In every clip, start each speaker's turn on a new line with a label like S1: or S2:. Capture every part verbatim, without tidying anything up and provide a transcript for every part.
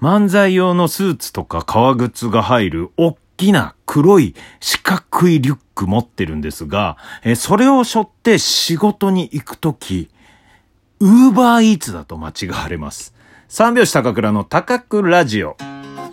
S1: 漫才用のスーツとか革靴が入る大きな黒い四角いリュック持ってるんですが、えそれを背負って仕事に行くとき、ウーバーイーツだと間違われます。三拍子高倉の高倉ラジオ。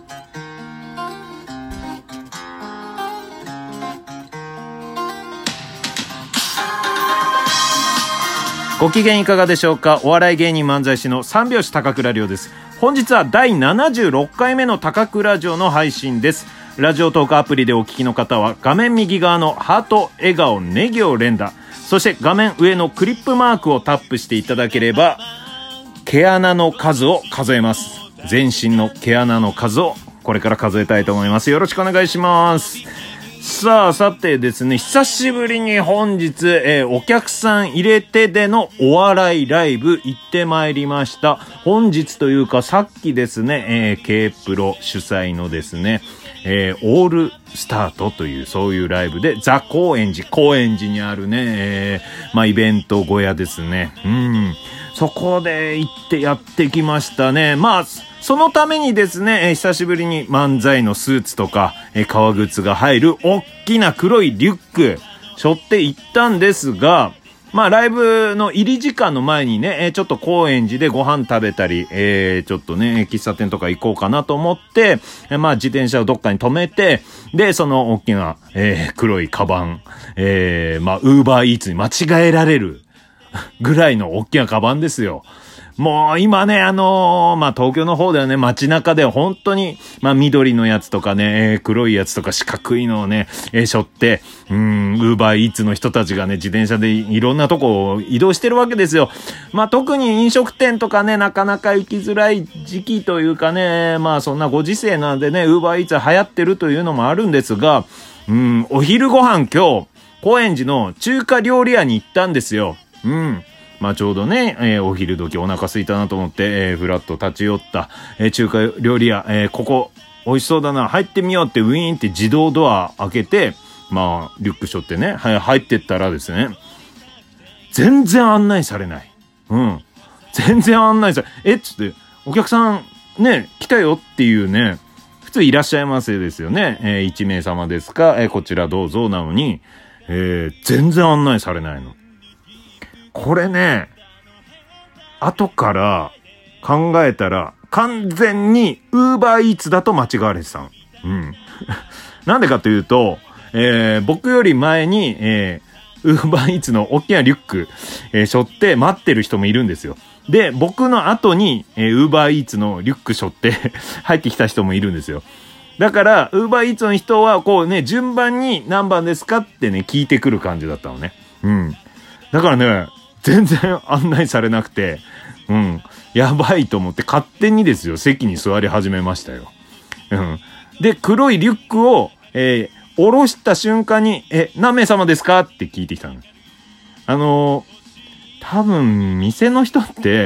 S1: ご機嫌いかがでしょうか。お笑い芸人漫才師の三拍子高倉涼です。本日はだいななじゅうろっかいめの高倉城の配信です。ラジオトークアプリでお聞きの方は画面右側のハート、笑顔、ネギを連打、そして画面上のクリップマークをタップしていただければ毛穴の数を数えます。全身の毛穴の数をこれから数えたいと思います。よろしくお願いします。さあ、さてですね、久しぶりに本日、えー、お客さん入れてでのお笑いライブ行ってまいりました。本日というかさっきですね、えー、K プロ主催のですね、えー、オールスタートというそういうライブでザ・高円寺、高円寺にあるね、えー、まあイベント小屋ですね。うん。そこで行ってやってきましたね。まあ、そのためにですね、えー、久しぶりに漫才のスーツとか、えー、革靴が入る大きな黒いリュック、背負って行ったんですが、まあライブの入り時間の前にね、えー、ちょっと高円寺でご飯食べたり、えー、ちょっとね、喫茶店とか行こうかなと思って、えー、まあ自転車をどっかに止めて、で、その大きな、えー、黒いカバン、えー、まあウーバーイーツに間違えられるぐらいの大きなカバンですよ。もう今ね、あのー、まあ、東京の方ではね、街中では本当に、まあ、緑のやつとかね、えー、黒いやつとか四角いのをね、えー、背負って、うーん、ウーバーイーツの人たちがね、自転車でいろんなとこを移動してるわけですよ。まあ、特に飲食店とかね、なかなか行きづらい時期というかね、まあ、そんなご時世なんでね、ウーバーイーツ流行ってるというのもあるんですが、うん、お昼ご飯今日、高円寺の中華料理屋に行ったんですよ。うん。まあちょうどね、えー、お昼時お腹空いたなと思って、えー、ふらっと立ち寄った、えー、中華料理屋、えー、ここ美味しそうだな、入ってみようってウィーンって自動ドア開けて、まあリュック背負ってね、はい、入ってったらですね、全然案内されない。うん。全然案内され、えっつって、お客さんね、来たよっていうね、普通いらっしゃいませですよね。えー、いち名様ですか、えー、こちらどうぞなのに、えー、全然案内されないの。これね、後から考えたら完全にウーバーイーツだと間違われてたの。うん。なんでかというと、えー、僕より前に、えー、ウーバーイーツの大きなリュック、えー、背負って待ってる人もいるんですよ。で、僕の後に、えー、ウーバーイーツのリュック背負って入ってきた人もいるんですよ。だから、ウーバーイーツの人はこうね、順番に何番ですかってね、聞いてくる感じだったのね。うん。だからね、全然案内されなくて、うん、やばいと思って勝手にですよ、席に座り始めましたよ。うん。で、黒いリュックを、えー、下ろした瞬間に、え、何名様ですかって聞いてきたの。あのー、多分、店の人って、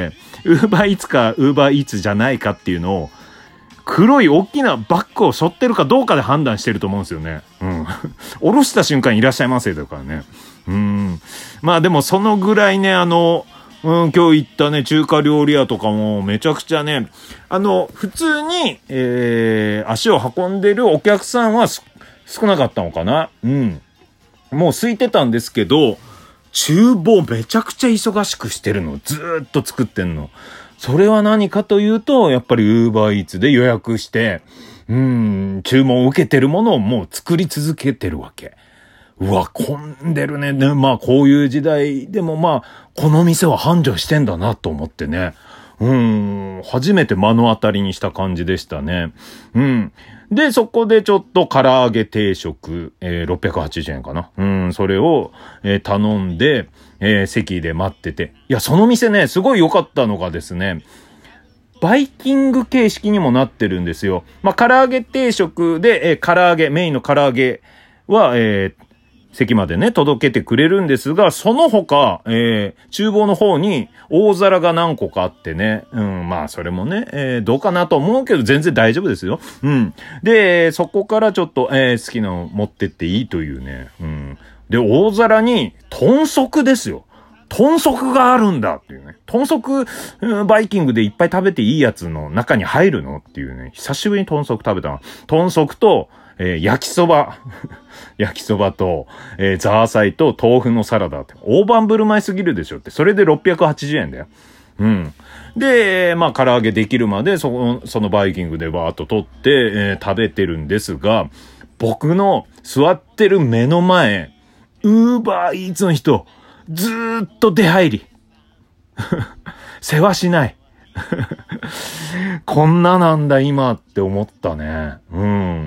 S1: ウーバーイーツかウーバーイーツじゃないかっていうのを、黒い大きなバッグを背負ってるかどうかで判断してると思うんですよね。うん。下ろした瞬間いらっしゃいませだからね。うん。まあでもそのぐらいね、あの、うん、今日行ったね、中華料理屋とかもめちゃくちゃね、あの、普通に、えー、足を運んでるお客さんは少なかったのかな。うん。もう空いてたんですけど、厨房めちゃくちゃ忙しくしてるの。ずーっと作ってんの。それは何かというと、やっぱりウーバーイーツで予約して、うーん、注文を受けてるものをもう作り続けてるわけ。うわ、混んでるね。ね、まあこういう時代でもまあ、この店は繁盛してんだなと思ってね。うん、初めて目の当たりにした感じでしたね。うん。で、そこでちょっと唐揚げ定食、えー、ろっぴゃくはちじゅうえんかな。うん、それを、えー、頼んで、えー、席で待ってて。いや、その店ね、すごい良かったのがですね、バイキング形式にもなってるんですよ。まあ、唐揚げ定食で、えー、唐揚げ、メインの唐揚げは、えー、席までね、届けてくれるんですが、その他、えー、厨房の方に大皿が何個かあってね、うん、まあ、それもね、えー、どうかなと思うけど、全然大丈夫ですよ。うん。で、そこからちょっと、えー、好きなの持ってっていいというね、うん。で、大皿に、豚足ですよ。 豚足があるんだっていうね。豚足、バイキングでいっぱい食べていいやつの中に入るのっていうね。久しぶりに豚足食べたの。豚足と、えー、焼きそば。焼きそばと、えー、ザーサイと豆腐のサラダって。大盤振る舞いすぎるでしょって。それでろっぴゃくはちじゅうえんだよ。うん。で、まあ、唐揚げできるまで、その、そのバイキングでバーっと取って、えー、食べてるんですが、僕の座ってる目の前、ウーバーイーツの人、ずーっと出入り。世話しない。こんななんだ今って思ったね。うん。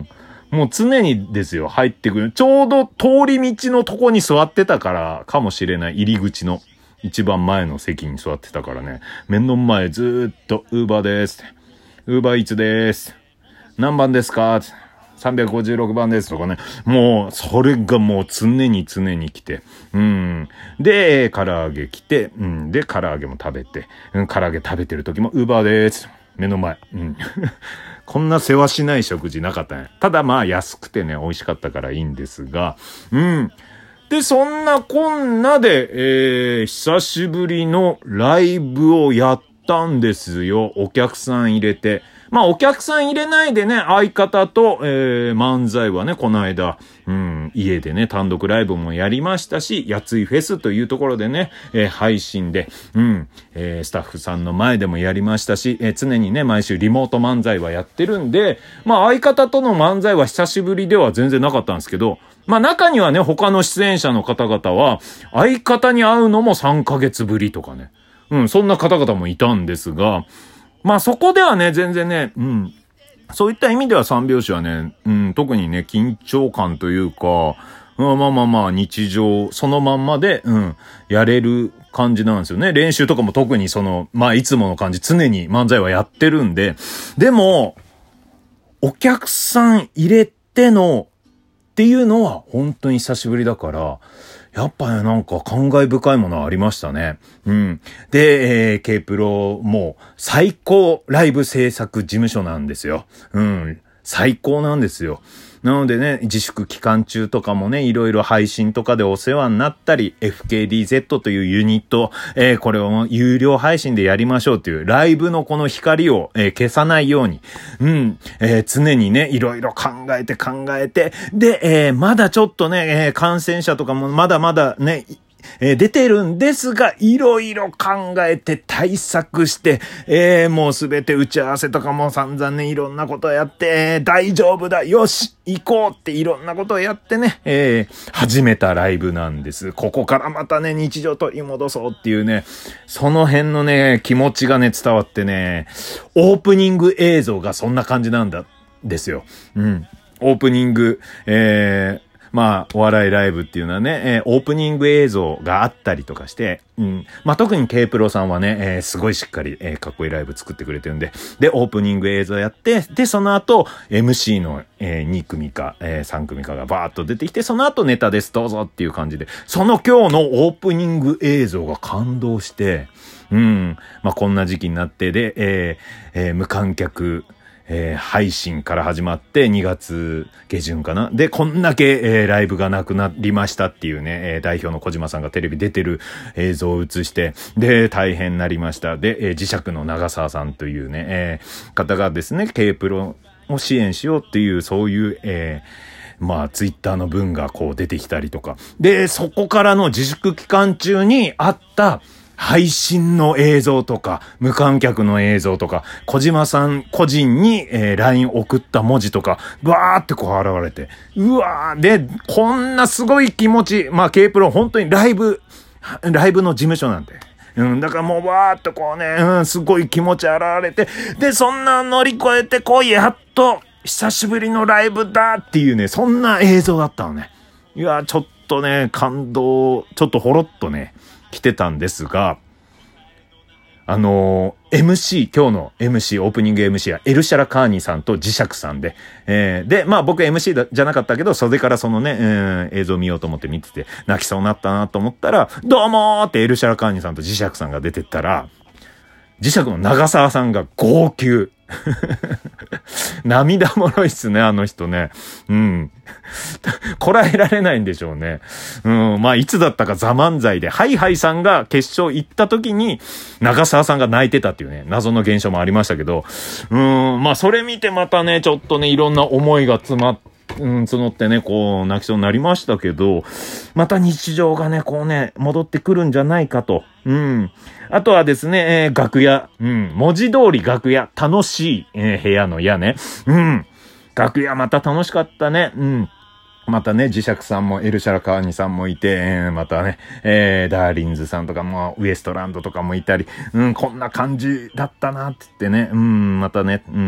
S1: もう常にですよ、入ってくる。ちょうど通り道のとこに座ってたからかもしれない。入り口の一番前の席に座ってたからね。目の前ずーっと、ウーバーです。ウーバーイーツです。何番ですかさんびゃくごじゅうろくばんですとかね。もう、それがもう常に常に来て。うん。で、唐揚げ来て、うん。で、唐揚げも食べて。うん、唐揚げ食べてる時も、ウーバーです。目の前。うん。こんな世話しない食事なかったね。ただまあ安くてね、美味しかったからいいんですが。うん。で、そんなこんなで、えー、久しぶりのライブをやったんですよ。お客さん入れて。まあお客さん入れないでね、相方と、えー、漫才はね、この間、うん、家でね、単独ライブもやりましたし、やついフェスというところでね、えー、配信で、うん、えー、スタッフさんの前でもやりましたし、えー、常にね、毎週リモート漫才はやってるんで、まあ相方との漫才は久しぶりでは全然なかったんですけど、まあ中にはね、他の出演者の方々は、相方に会うのもさんかげつぶりとかね、うん、そんな方々もいたんですが、まあそこではね、全然ね、うん。そういった意味では三拍子はね、うん、特にね、緊張感というか、うん、まあまあまあ、日常、そのまんまで、うん、やれる感じなんですよね。練習とかも特にその、まあいつもの感じ、常に漫才はやってるんで、でも、お客さん入れての、っていうのは本当に久しぶりだから、やっぱね、なんか感慨深いものありましたね。うん。で、えー、K プロも最高ライブ制作事務所なんですよ。うん。最高なんですよ。なのでね、自粛期間中とかもね、いろいろ配信とかでお世話になったり、エフケーディーゼット というユニット、えー、これを有料配信でやりましょうというライブのこの光を、えー、消さないように、うん、えー、常にね、いろいろ考えて考えて、で、えー、まだちょっとね、えー、感染者とかもまだまだね、えー、出てるんですが、いろいろ考えて対策して、えー、もうすべて打ち合わせとかも散々ね、いろんなことをやって、えー、大丈夫だ、よし、行こうっていろんなことをやってね、えー、始めたライブなんです。ここからまたね、日常取り戻そうっていうね、その辺のね、気持ちがね、伝わってね、オープニング映像がそんな感じなんだ、ですよ。うん。オープニング、えー、まあ、お笑いライブっていうのはね、えー、オープニング映像があったりとかして、うん。まあ、特に K プロさんはね、えー、すごいしっかり、えー、かっこいいライブ作ってくれてるんで、で、オープニング映像やって、で、その後、エムシー の、えー、にくみか、えー、さんくみかがバーッと出てきて、その後ネタです、どうぞっていう感じで、その今日のオープニング映像が感動して、うん。まあ、こんな時期になって、で、えーえー、無観客、えー、配信から始まってにがつげじゅんかな。で、こんだけ、えー、ライブがなくなりましたっていうね、えー、代表の小島さんがテレビ出てる映像を映して、で、大変になりました。で、えー、磁石の長澤さんというね、えー、方がですね、K プロを支援しようっていう、そういう、えー、まあ、ツイッターの文がこう出てきたりとか。で、そこからの自粛期間中にあった、配信の映像とか、無観客の映像とか、小島さん個人に、えー、ライン 送った文字とか、バーってこう現れて、うわー、で、こんなすごい気持ち、まあ K プロ本当にライブ、ライブの事務所なんで。うん、だからもうわーっとこうね、うん、すごい気持ち現れて、で、そんな乗り越えて、こう、やっと、久しぶりのライブだっていうね、そんな映像だったのね。いや、ちょっとね、感動、ちょっとほろっとね、来てたんですが、あのー、エムシー、今日の エムシー、オープニング エムシー はエルシャラカーニさんと磁石さんで、えー、で、まあ僕 エムシー じゃなかったけど、袖からそのね、えー、映像見ようと思って見てて、泣きそうになったなと思ったら、どうもーってエルシャラカーニさんと磁石さんが出てったら、磁石の長澤さんが号泣。 涙もろいっすね、あの人ね。うん。こらえられないんでしょうね。うん。まあ、いつだったかザ漫才で、ハイハイさんが決勝行った時に、長澤さんが泣いてたっていうね、謎の現象もありましたけど、うん。まあ、それ見てまたね、ちょっとね、いろんな思いが詰まって、うん、募ってね、こう、泣きそうになりましたけど、また日常がね、こうね、戻ってくるんじゃないかと。うん。あとはですね、えー、楽屋。うん。文字通り楽屋。楽しい、えー、部屋の屋ね。うん。楽屋また楽しかったね。うん。またね、磁石さんもエルシャラカーニさんもいて、えー、またね、えー、ダーリンズさんとかも、ウエストランドとかもいたり、うん、こんな感じだったなって言ってね、うん、またね、うん、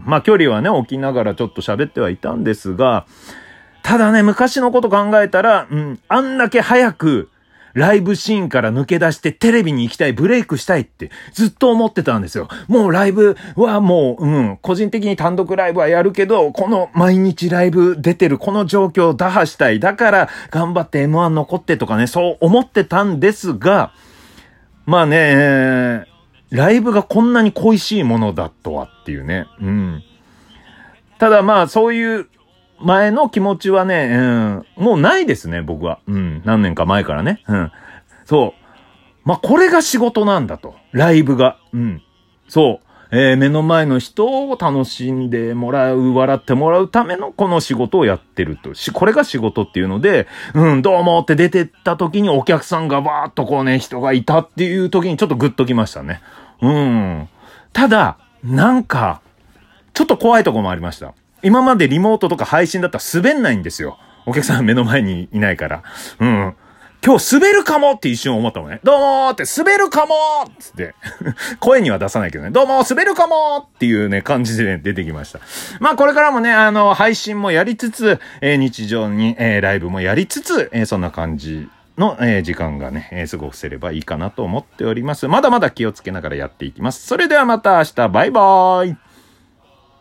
S1: まあ距離はね、置きながらちょっと喋ってはいたんですが、ただね、昔のこと考えたら、うん、あんだけ早く、ライブシーンから抜け出してテレビに行きたい、ブレイクしたいってずっと思ってたんですよ。もうライブはもう、うん、個人的に単独ライブはやるけど、この毎日ライブ出てるこの状況を打破したい。だから頑張って エムワン 残ってとかね、そう思ってたんですが、まあね、ライブがこんなに恋しいものだとはっていうね。うん。ただまあそういう、前の気持ちはね、うん、もうないですね、僕は。うん、何年か前からね。うん。そう。まあ、これが仕事なんだと。ライブが。うん。そう。えー、目の前の人を楽しんでもらう、笑ってもらうためのこの仕事をやってると。し、これが仕事っていうので、うん、どうもって出てった時にお客さんがわーっとこうね、人がいたっていう時にちょっとグッときましたね。うん。ただ、なんか、ちょっと怖いところもありました。今までリモートとか配信だったら滑んないんですよ。お客さん目の前にいないから。うん。今日滑るかもって一瞬思ったもんね。どうもーって滑るかもーつって。声には出さないけどね。どうもー滑るかもーっていうね、感じで、ね、出てきました。まあこれからもね、あの、配信もやりつつ、えー、日常に、えー、ライブもやりつつ、えー、そんな感じの、えー、時間がね、えー、過ごせればいいかなと思っております。まだまだ気をつけながらやっていきます。それではまた明日、バイバーイ。